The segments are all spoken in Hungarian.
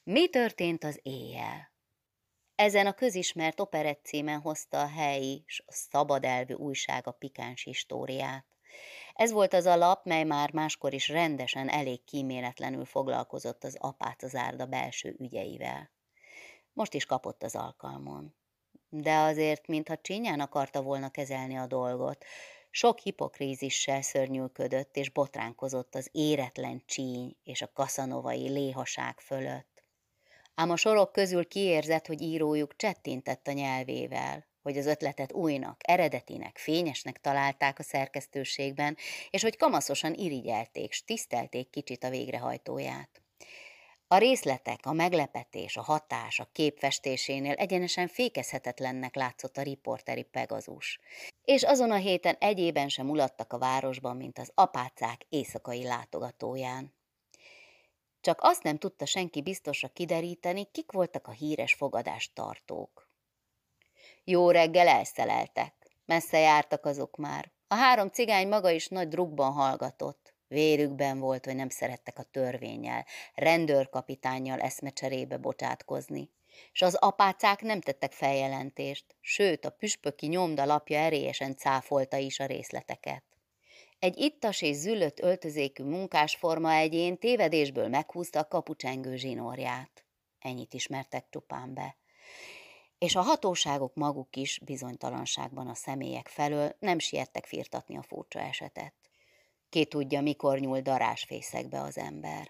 Mi történt az éjjel? Ezen a közismert operettcímen hozta a helyi s a szabad elvű újság a pikáns históriát. Ez volt az a lap, mely már máskor is rendesen elég kíméletlenül foglalkozott az apácazárda belső ügyeivel. Most is kapott az alkalmon. De azért, mintha csinyán akarta volna kezelni a dolgot, sok hipokrízissel szörnyűködött és botránkozott az éretlen csíny és a kaszanovai léhaság fölött. Ám a sorok közül kiérzett, hogy írójuk csettintett a nyelvével, hogy az ötletet újnak, eredetinek, fényesnek találták a szerkesztőségben, és hogy kamaszosan irigyelték, s tisztelték kicsit a végrehajtóját. A részletek, a meglepetés, a hatás, a képfestésénél egyenesen fékezhetetlennek látszott a riporteri Pegazus, és azon a héten egyében sem mulattak a városban, mint az apácák éjszakai látogatóján. Csak azt nem tudta senki biztosra kideríteni, kik voltak a híres fogadást tartók. Jó reggel elszeleltek, messze jártak azok már. A 3 cigány maga is nagy drukban hallgatott. Vérükben volt, hogy nem szerettek a törvénnyel, rendőrkapitánnyal eszmecserébe bocsátkozni. És az apácák nem tettek feljelentést, sőt a püspöki nyomda lapja erélyesen cáfolta is a részleteket. Egy ittas és züllött öltözékű munkásforma egyén tévedésből meghúzta a kapucsengő zsinórját. Ennyit ismertek csupán be. És a hatóságok maguk is bizonytalanságban a személyek felől nem siettek firtatni a furcsa esetet. Ki tudja, mikor nyúl darásfészekbe az ember.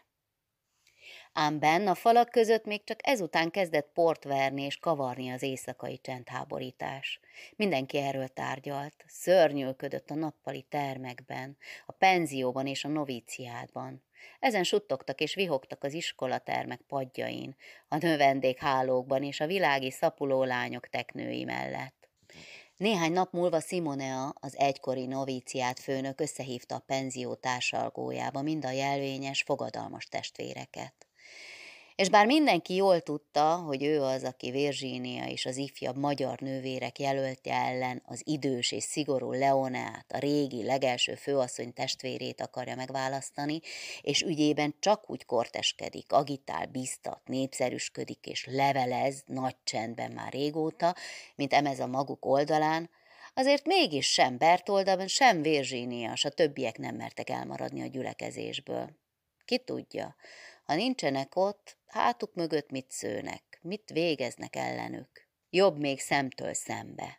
Ám benn a falak között még csak ezután kezdett port verni és kavarni az éjszakai csendháborítás. Mindenki erről tárgyalt, szörnyűködött a nappali termekben, a penzióban és a novíciádban. Ezen suttogtak és vihogtak az iskolatermek padjain, a növendékhálókban és a világi szapuló lányok teknői mellett. Néhány nap múlva Simonea, az egykori novíciát főnök összehívta a penzió társalgójába mind a jelvényes, fogadalmas testvéreket. És bár mindenki jól tudta, hogy ő az, aki Virginia és az ifjabb magyar nővérek jelöltje ellen az idős és szigorú Leoneát, a régi, legelső főasszony testvérét akarja megválasztani, és ügyében csak úgy korteskedik, agitál, biztat, népszerűsködik és levelez nagy csendben már régóta, mint emez a maguk oldalán, azért mégis sem Bertolda, sem Virginia, s a többiek nem mertek elmaradni a gyülekezésből. Ki tudja, ha nincsenek ott, hátuk mögött mit szőnek, mit végeznek ellenük. Jobb még szemtől szembe.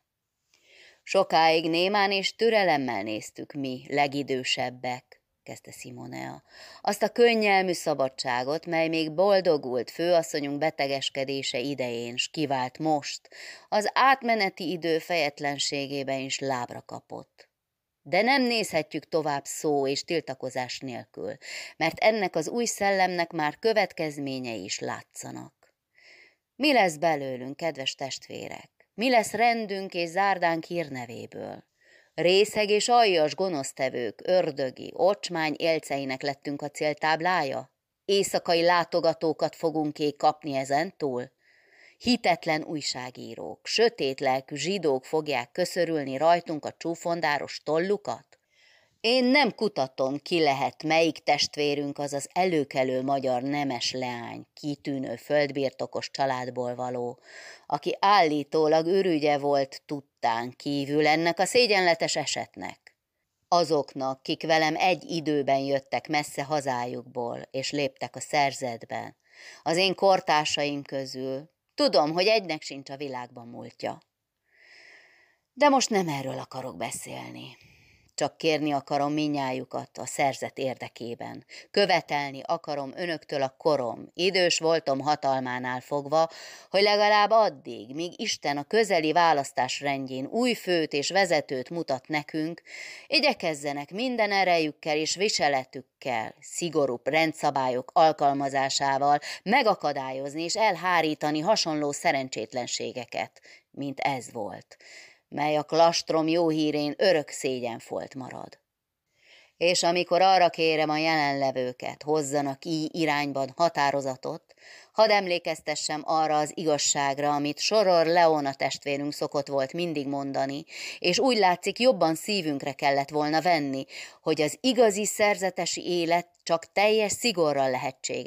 Sokáig némán és türelemmel néztük mi, legidősebbek, kezdte Simonea, azt a könnyelmű szabadságot, mely még boldogult főasszonyunk betegeskedése idején, s kivált most, az átmeneti idő fejetlenségében is lábra kapott. De nem nézhetjük tovább szó és tiltakozás nélkül, mert ennek az új szellemnek már következményei is látszanak. Mi lesz belőlünk, kedves testvérek? Mi lesz rendünk és zárdánk hírnevéből? Részeg és aljas gonosztevők, ördögi, ocsmány élceinek lettünk a céltáblája? Éjszakai látogatókat fogunk-e kapni ezentúl? Hitetlen újságírók, sötét lelkű zsidók fogják köszörülni rajtunk a csúfondáros tollukat? Én nem kutatom, ki lehet, melyik testvérünk az az előkelő magyar nemes leány, kitűnő földbirtokos családból való, aki állítólag ürügye volt tudtán kívül ennek a szégyenletes esetnek. Azoknak, kik velem egy időben jöttek messze hazájukból, és léptek a szerzetbe, az én kortársaim közül, tudom, hogy egynek sincs a világban múltja. De most nem erről akarok beszélni. Csak kérni akarom minnyájukat a szerzet érdekében. Követelni akarom önöktől a korom, idős voltom hatalmánál fogva, hogy legalább addig, míg Isten a közeli választás rendjén új főt és vezetőt mutat nekünk, igyekezzenek minden erejükkel és viseletükkel, szigorúbb rendszabályok alkalmazásával megakadályozni és elhárítani hasonló szerencsétlenségeket, mint ez volt, mely a klastrom jó hírén örök szégyenfolt marad. És amikor arra kérem a jelenlevőket, hozzanak így irányban határozatot, hadd emlékeztessem arra az igazságra, amit Soror Leona testvérünk szokott volt mindig mondani, és úgy látszik jobban szívünkre kellett volna venni, hogy az igazi szerzetesi élet csak teljes szigorral lehetséges.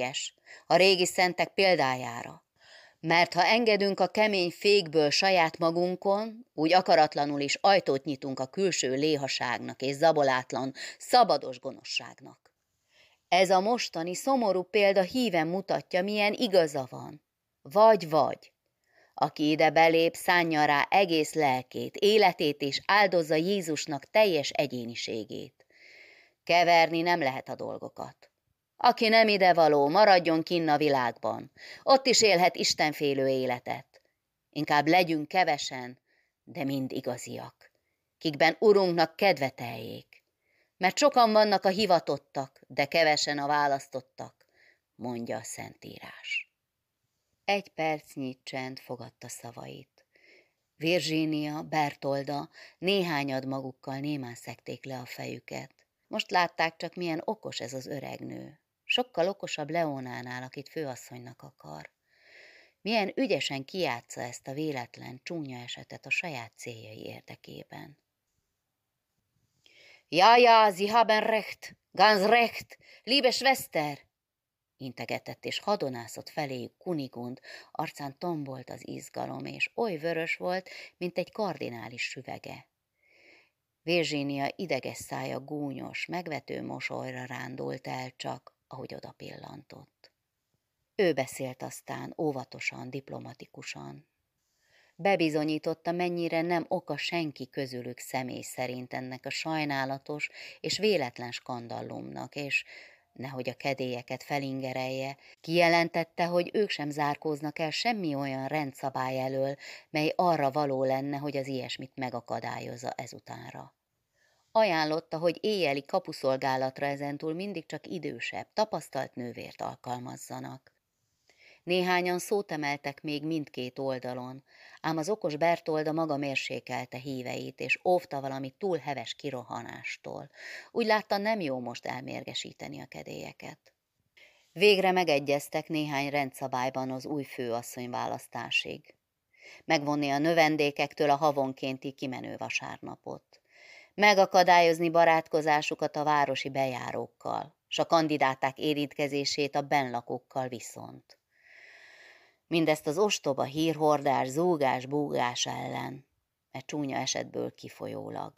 a régi szentek példájára. Mert ha engedünk a kemény fékből saját magunkon, úgy akaratlanul is ajtót nyitunk a külső léhaságnak és zabolátlan, szabados gonoszságnak. Ez a mostani szomorú példa híven mutatja, milyen igaza van. Vagy. Aki ide belép, szánja rá egész lelkét, életét és áldozza Jézusnak teljes egyéniségét. Keverni nem lehet a dolgokat. Aki nem idevaló, maradjon kinn a világban. Ott is élhet istenfélő életet. Inkább legyünk kevesen, de mind igaziak, kikben Urunknak kedve teljék. Mert sokan vannak a hivatottak, de kevesen a választottak, mondja a Szentírás. Egy percnyi csend fogadta szavait. Virginia, Bertolda néhányad magukkal némán szekték le a fejüket. Most látták csak, milyen okos ez az öreg nő. Sokkal okosabb Leonánál, akit főasszonynak akar. Milyen ügyesen kijátsza ezt a véletlen, csúnya esetet a saját céljai érdekében. Ja, Sie haben recht, ganz recht, liebe Schwester! Integetett és hadonászott feléjük Kunigund, arcán tombolt az izgalom, és oly vörös volt, mint egy kardinális süvege. Virginia ideges szája gúnyos, megvető mosolyra rándult el csak, ahogy oda pillantott. Ő beszélt aztán óvatosan, diplomatikusan. Bebizonyította, mennyire nem oka senki közülük személy szerint ennek a sajnálatos és véletlen skandallumnak, és nehogy a kedélyeket felingerelje, kijelentette, hogy ők sem zárkóznak el semmi olyan rendszabály elől, mely arra való lenne, hogy az ilyesmit megakadályozza ezutánra. Ajánlotta, hogy éjjeli kapuszolgálatra ezentúl mindig csak idősebb, tapasztalt nővért alkalmazzanak. Néhányan szót emeltek még mindkét oldalon, ám az okos Bertolda maga mérsékelte híveit, és óvta valami túl heves kirohanástól. Úgy látta, nem jó most elmérgesíteni a kedélyeket. Végre megegyeztek néhány rendszabályban az új főasszony választásig. Megvonni a növendékektől a havonkénti kimenő vasárnapot. Megakadályozni barátkozásukat a városi bejárókkal, s a kandidáták érintkezését a bennlakókkal viszont. Mindezt az ostoba hírhordás, zúgás-búgás ellen, mert csúnya esetből kifolyólag.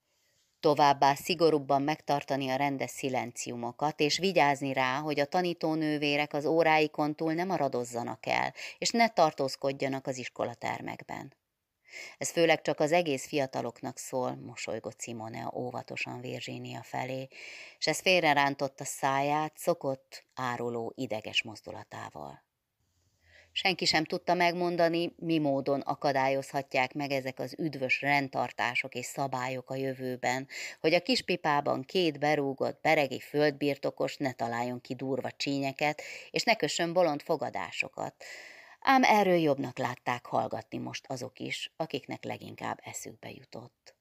Továbbá szigorúbban megtartani a rendes szilenciumokat, és vigyázni rá, hogy a tanítónővérek az óráikon túl ne maradozzanak el, és ne tartózkodjanak az iskolatermekben. Ez főleg csak az egész fiataloknak szól, mosolygott Simonea óvatosan Virginia felé, és ez félrerántotta száját szokott, áruló, ideges mozdulatával. Senki sem tudta megmondani, mi módon akadályozhatják meg ezek az üdvös rendtartások és szabályok a jövőben, hogy a kispipában két berúgott, beregi földbirtokos ne találjon ki durva csínyeket, és ne kössön bolond fogadásokat. Ám erről jobbnak látták hallgatni most azok is, akiknek leginkább eszükbe jutott.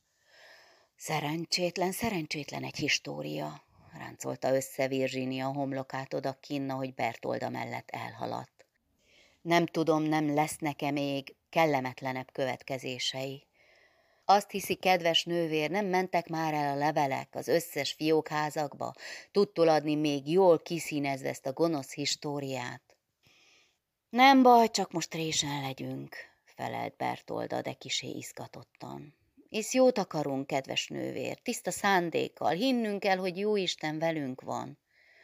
Szerencsétlen egy história, ráncolta össze Virginia homlokát oda kinn, ahogy Bertolda mellett elhaladt. Nem tudom, nem lesznek-e még kellemetlenebb következései. Azt hiszi, kedves nővér, nem mentek már el a levelek az összes fiókházakba, tudtul adni még jól kiszínezve ezt a gonosz históriát. Nem baj, csak most résen legyünk, felelt Bertolda, de kisé izgatottan. Hisz jót akarunk, kedves nővér, tiszta szándékkal, hinnünk kell, hogy Jóisten velünk van.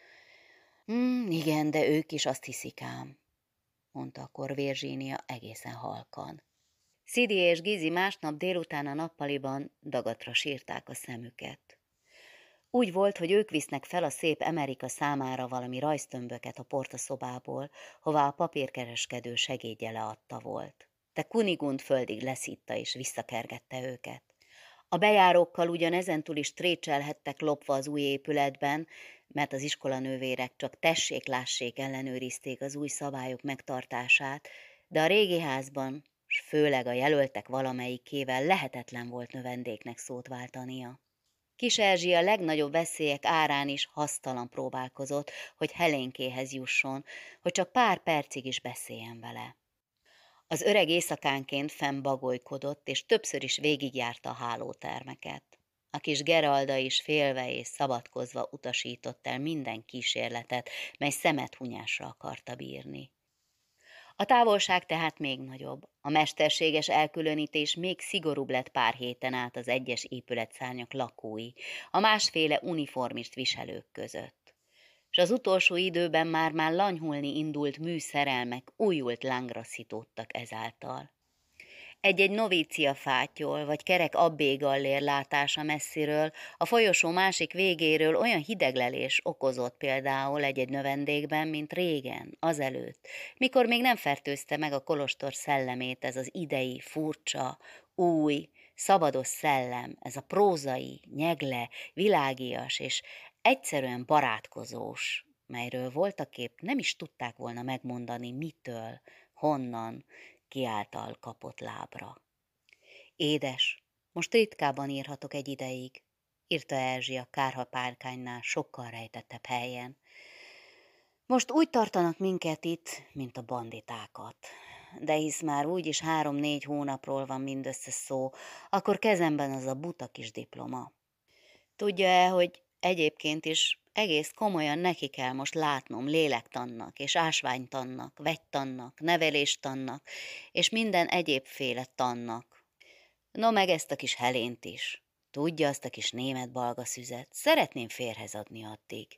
Igen, de ők is azt hiszik ám, mondta akkor Virginia egészen halkan. Szidi és Gizi másnap délután a nappaliban dagatra sírták a szemüket. Úgy volt, hogy ők visznek fel a szép Amerika számára valami rajztömböket a portaszobából, hová a papírkereskedő segédje leadta volt. De Kunigund földig leszitta és visszakergette őket. A bejárókkal ugyan ezentúl is trécselhettek lopva az új épületben, mert az iskolanővérek csak tessék-lássék ellenőrizték az új szabályok megtartását, de a régi házban, s főleg a jelöltek valamelyikével lehetetlen volt növendéknek szót váltania. Kis Erzsi a legnagyobb veszélyek árán is hasztalan próbálkozott, hogy Helénkéhez jusson, hogy csak pár percig is beszéljen vele. Az öreg éjszakánként fennbagolykodott, és többször is végigjárta a hálótermeket. A kis Geralda is félve és szabadkozva utasított el minden kísérletet, mely szemethunyásra akarta bírni. A távolság tehát még nagyobb, a mesterséges elkülönítés még szigorúbb lett pár héten át az egyes épületszárnyak lakói, a másféle uniformist viselők között. S az utolsó időben már lanyhulni indult műszerelmek újult lángra szitódtak ezáltal. Egy-egy novícia fátyol vagy kerek abbégallér látása messziről, a folyosó másik végéről olyan hideglelés okozott például egy-egy növendékben, mint régen, azelőtt, mikor még nem fertőzte meg a kolostor szellemét ez az idei, furcsa, új, szabados szellem, ez a prózai, nyegle, világias és egyszerűen barátkozós, melyről voltaképp nem is tudták volna megmondani mitől, honnan, kiáltal kapott lábra. Édes, most ritkában írhatok egy ideig, írta Erzsi a kárhapárkánynál sokkal rejtettebb helyen. Most úgy tartanak minket itt, mint a banditákat. De hisz már úgyis 3-4 hónapról van mindössze szó, akkor kezemben az a buta kis diploma. Tudja-e, hogy egyébként is egész komolyan neki kell most látnom lélektannak és ásványtannak, vegytannak, neveléstannak és minden egyébféle tannak. No meg ezt a kis Helént is. Tudja azt a kis német balgaszüzet, szeretném férhez adni addig.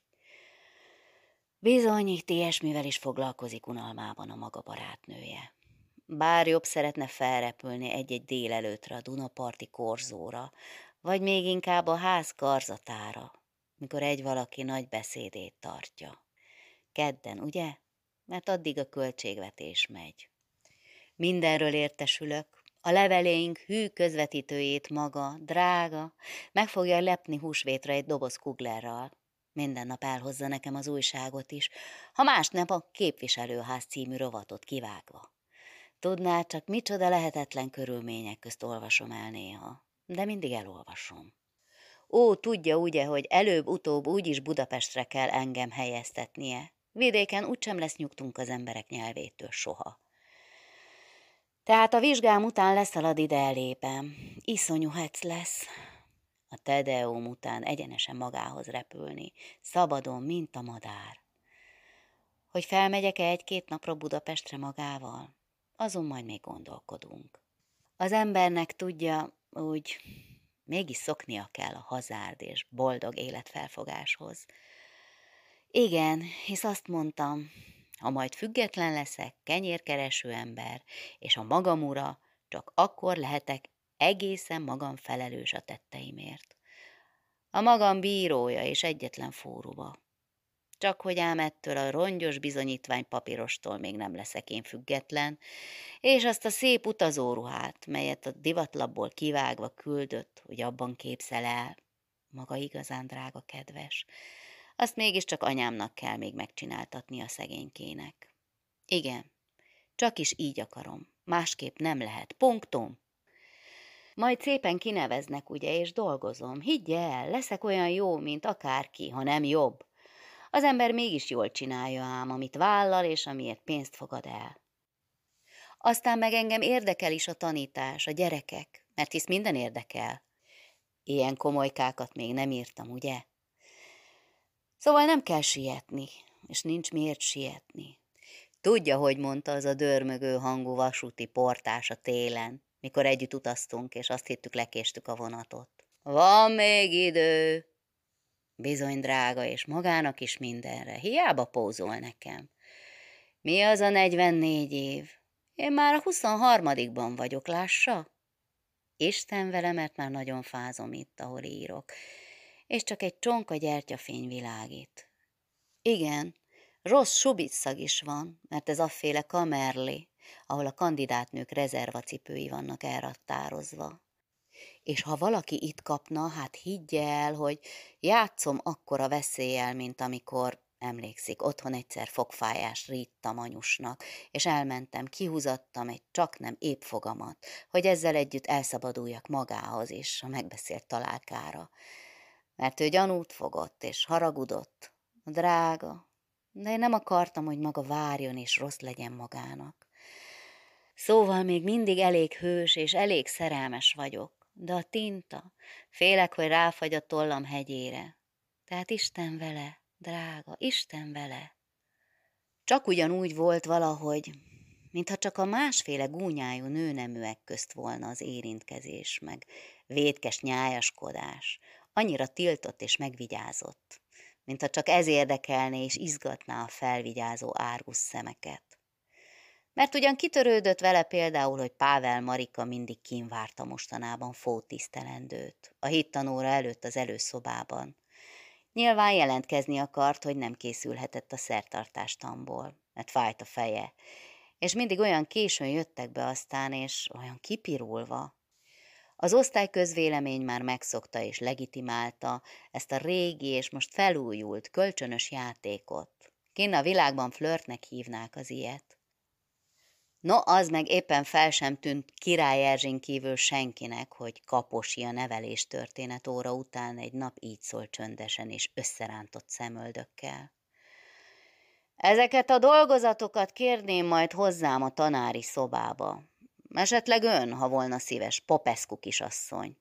Bizony, itt ilyesmivel is foglalkozik unalmában a maga barátnője. Bár jobb szeretne felrepülni egy-egy délelőtre a Dunaparti korzóra, vagy még inkább a ház karzatára, mikor egy valaki nagy beszédét tartja. Kedden, ugye? Mert addig a költségvetés megy. Mindenről értesülök, a levelénk hű közvetítőjét maga, drága, meg fogja lepni húsvétra egy doboz kuglerral. Minden nap elhozza nekem az újságot is, ha másnap a Képviselőház című rovatot kivágva. Tudná, csak micsoda lehetetlen körülmények közt olvasom el néha, de mindig elolvasom. Ó, tudja ugye, hogy előbb-utóbb úgyis Budapestre kell engem helyeztetnie. Vidéken úgysem lesz nyugtunk az emberek nyelvétől soha. Tehát a vizsgám után leszalad ide elépem. Iszonyú hec lesz. A Tedeum után egyenesen magához repülni, szabadon, mint a madár. Hogy felmegyek-e 1-2 napra Budapestre magával? Azon majd még gondolkodunk. Az embernek tudja, úgy mégis szoknia kell a hazárd és boldog életfelfogáshoz. Igen, hisz azt mondtam, ha majd független leszek, kenyérkereső ember, és a magam ura, csak akkor lehetek egészen magam felelős a tetteimért. A magam bírója és egyetlen fóruba. Csak hogy ám ettől a rongyos bizonyítványpapírostól még nem leszek én független, és azt a szép utazóruhát, melyet a divatlapból kivágva küldött, hogy abban képzel el, maga igazán drága kedves, azt mégiscsak anyámnak kell még megcsináltatni a szegénykének. Igen, csak is így akarom, másképp nem lehet, punktum. Majd szépen kineveznek, ugye, és dolgozom. Higgye el, leszek olyan jó, mint akárki, ha nem jobb. Az ember mégis jól csinálja ám, amit vállal, és amiért pénzt fogad el. Aztán meg engem érdekel is a tanítás, a gyerekek, mert hisz minden érdekel. Ilyen komolykákat még nem írtam, ugye? Szóval nem kell sietni, és nincs miért sietni. Tudja, hogy mondta az a dörmögő hangú vasúti portás a télen, mikor együtt utaztunk, és azt hittük, lekéstük a vonatot. Van még idő! Bizony, drága, és magának is mindenre. Hiába pózol nekem. Mi az a 44 év? Én már a 23-ban vagyok, lássa? Isten vele, mert már nagyon fázom itt, ahol írok. És csak egy csonka gyertyafény világít. Igen, rossz subiszszag is van, mert ez afféle kamerli, ahol a kandidátnők rezervacipői vannak elrattározva. És ha valaki itt kapna, hát higgye el, hogy játszom akkora veszéllyel, mint amikor, emlékszik, otthon egyszer fogfájást ríttam anyusnak, és elmentem, kihúzattam egy csaknem épp fogamat, hogy ezzel együtt elszabaduljak magához is a megbeszélt találkára. Mert ő gyanút fogott, és haragudott. Drága, de én nem akartam, hogy maga várjon, és rossz legyen magának. Szóval még mindig elég hős, és elég szerelmes vagyok. de a tinta, félek, hogy ráfagy a tollam hegyére. Tehát Isten vele, drága, Isten vele. Csak ugyanúgy volt valahogy, mintha csak a másféle gúnyájú nőneműek közt volna az érintkezés, meg vétkes nyájaskodás, annyira tiltott és megvigyázott, mintha csak ez érdekelné és izgatná a felvigyázó árgus szemeket. Mert ugyan kitörődött vele például, hogy Pável Marika mindig kínvárta mostanában fótisztelendőt, a hittanóra előtt az előszobában. Nyilván jelentkezni akart, hogy nem készülhetett a szertartástamból, mert fájt a feje, és mindig olyan későn jöttek be aztán, és olyan kipirulva. Az osztályközvélemény már megszokta és legitimálta ezt a régi és most felújult, kölcsönös játékot. Kinn a világban flörtnek hívnák az ilyet. No, az meg éppen fel sem tűnt Király Erzsén kívül senkinek, hogy Kaposi a neveléstörténet óra után egy nap így szól csöndesen és összerántott szemöldökkel. Ezeket a dolgozatokat kérném majd hozzám a tanári szobába. Esetleg ön, ha volna szíves, Popescu kisasszony.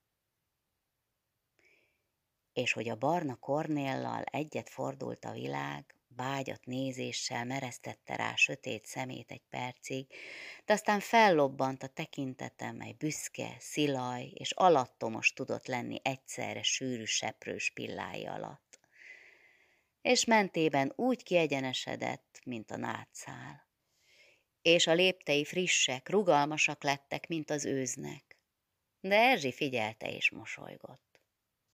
És hogy a barna Kornéllal egyet fordult a világ, vágyat nézéssel meresztette rá sötét szemét egy percig, de aztán fellobbant a tekintete, mely büszke, szilaj és alattomos tudott lenni egyszerre sűrű seprős pillái alatt. És mentében úgy kiegyenesedett, mint a nátszál. És a léptei frissek, rugalmasak lettek, mint az őznek. De Erzsi figyelte és mosolygott.